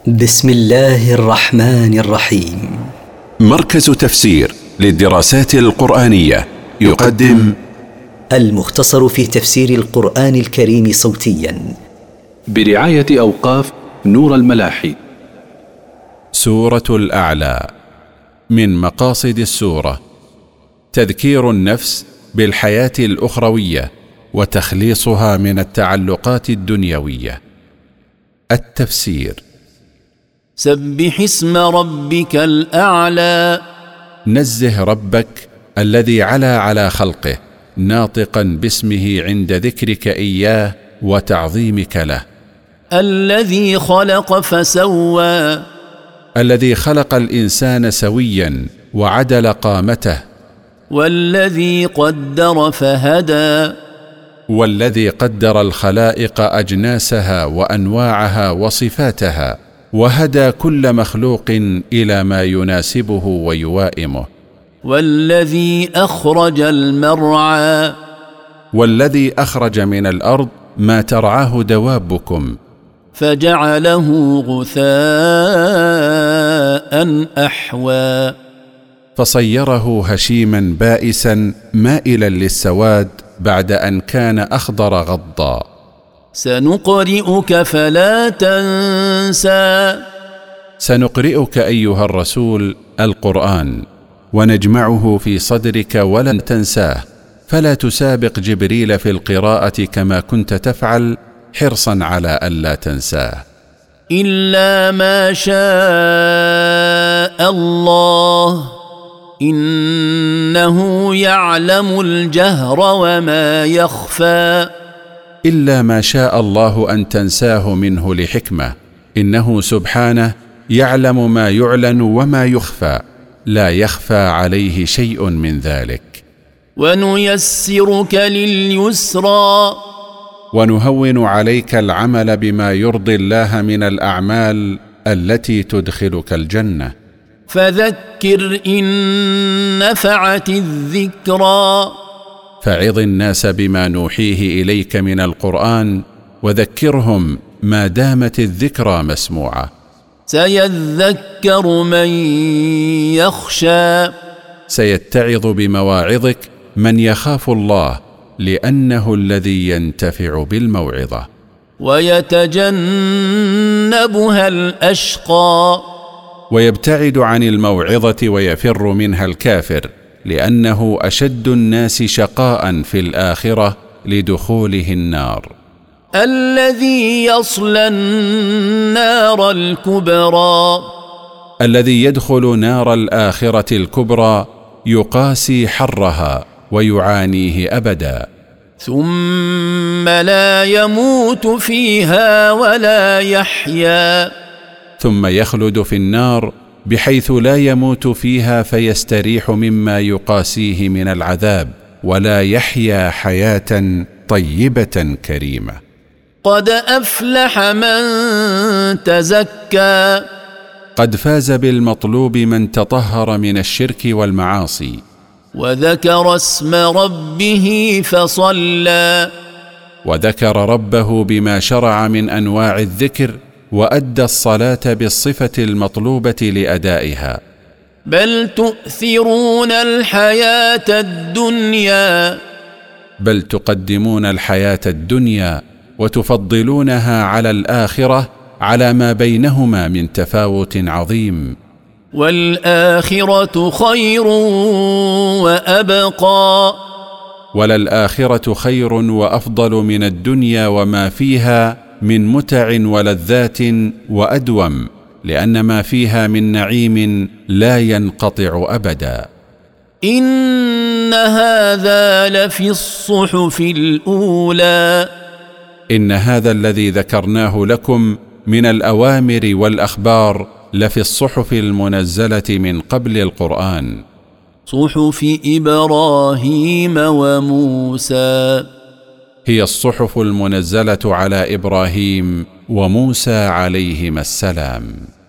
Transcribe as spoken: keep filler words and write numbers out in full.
بسم الله الرحمن الرحيم. مركز تفسير للدراسات القرآنية يقدم المختصر في تفسير القرآن الكريم صوتيا برعاية أوقاف نور الملاحي. سورة الأعلى. من مقاصد السورة تذكير النفس بالحياة الأخروية وتخليصها من التعلقات الدنيوية. التفسير: سبح اسم ربك الأعلى. نزه ربك الذي علا على خلقه، ناطقا باسمه عند ذكرك إياه وتعظيمك له. الذي خلق فسوى. الذي خلق الإنسان سويا وعدل قامته. والذي قدر فهدى. والذي قدر الخلائق أجناسها وأنواعها وصفاتها، وهدى كل مخلوق إلى ما يناسبه ويوائمه. والذي أخرج المرعى. والذي أخرج من الأرض ما ترعاه دوابكم، فجعله غثاء أحوى. فصيره هشيما بائسا مائلا للسواد بعد أن كان أخضر غضا. سنقرئك فلا تنسى. سنقرئك أيها الرسول القرآن، ونجمعه في صدرك ولن تنساه، فلا تسابق جبريل في القراءة كما كنت تفعل حرصا على ألا تنساه. إلا ما شاء الله إنه يعلم الجهر وما يخفى. إلا ما شاء الله أن تنساه منه لحكمة، إنه سبحانه يعلم ما يعلن وما يخفى، لا يخفى عليه شيء من ذلك. ونيسرك لليسرى. ونهون عليك العمل بما يرضي الله من الأعمال التي تدخلك الجنة. فذكر إن نفعت الذكرى. فعظ الناس بما نوحيه إليك من القرآن، وذكرهم ما دامت الذكرى مسموعة. سيذكر من يخشى. سيتعظ بمواعظك من يخاف الله، لأنه الذي ينتفع بالموعظة. ويتجنبها الأشقى. ويبتعد عن الموعظة ويفر منها الكافر، لأنه أشد الناس شقاء في الآخرة لدخوله النار. الذي يصلى النار الكبرى. الذي يدخل نار الآخرة الكبرى يقاسي حرها ويعانيه أبدا. ثم لا يموت فيها ولا يحيا. ثم يخلد في النار بحيث لا يموت فيها فيستريح مما يقاسيه من العذاب، ولا يحيا حياة طيبة كريمة. قد أفلح من تزكى. قد فاز بالمطلوب من تطهر من الشرك والمعاصي. وذكر اسم ربه فصلى. وذكر ربه بما شرع من أنواع الذكر، وأدى الصلاة بالصفة المطلوبة لأدائها. بل تؤثرون الحياة الدنيا. بل تقدمون الحياة الدنيا وتفضلونها على الآخرة على ما بينهما من تفاوت عظيم. والآخرة خير وأبقى. وللآخرة خير وأفضل من الدنيا وما فيها من متع ولذات وأدوم، لأن ما فيها من نعيم لا ينقطع أبدا. إن هذا لفي الصحف الأولى. إن هذا الذي ذكرناه لكم من الأوامر والأخبار لفي الصحف المنزلة من قبل القرآن. صحف إبراهيم وموسى. هي الصحف المنزلة على إبراهيم وموسى عليهما السلام.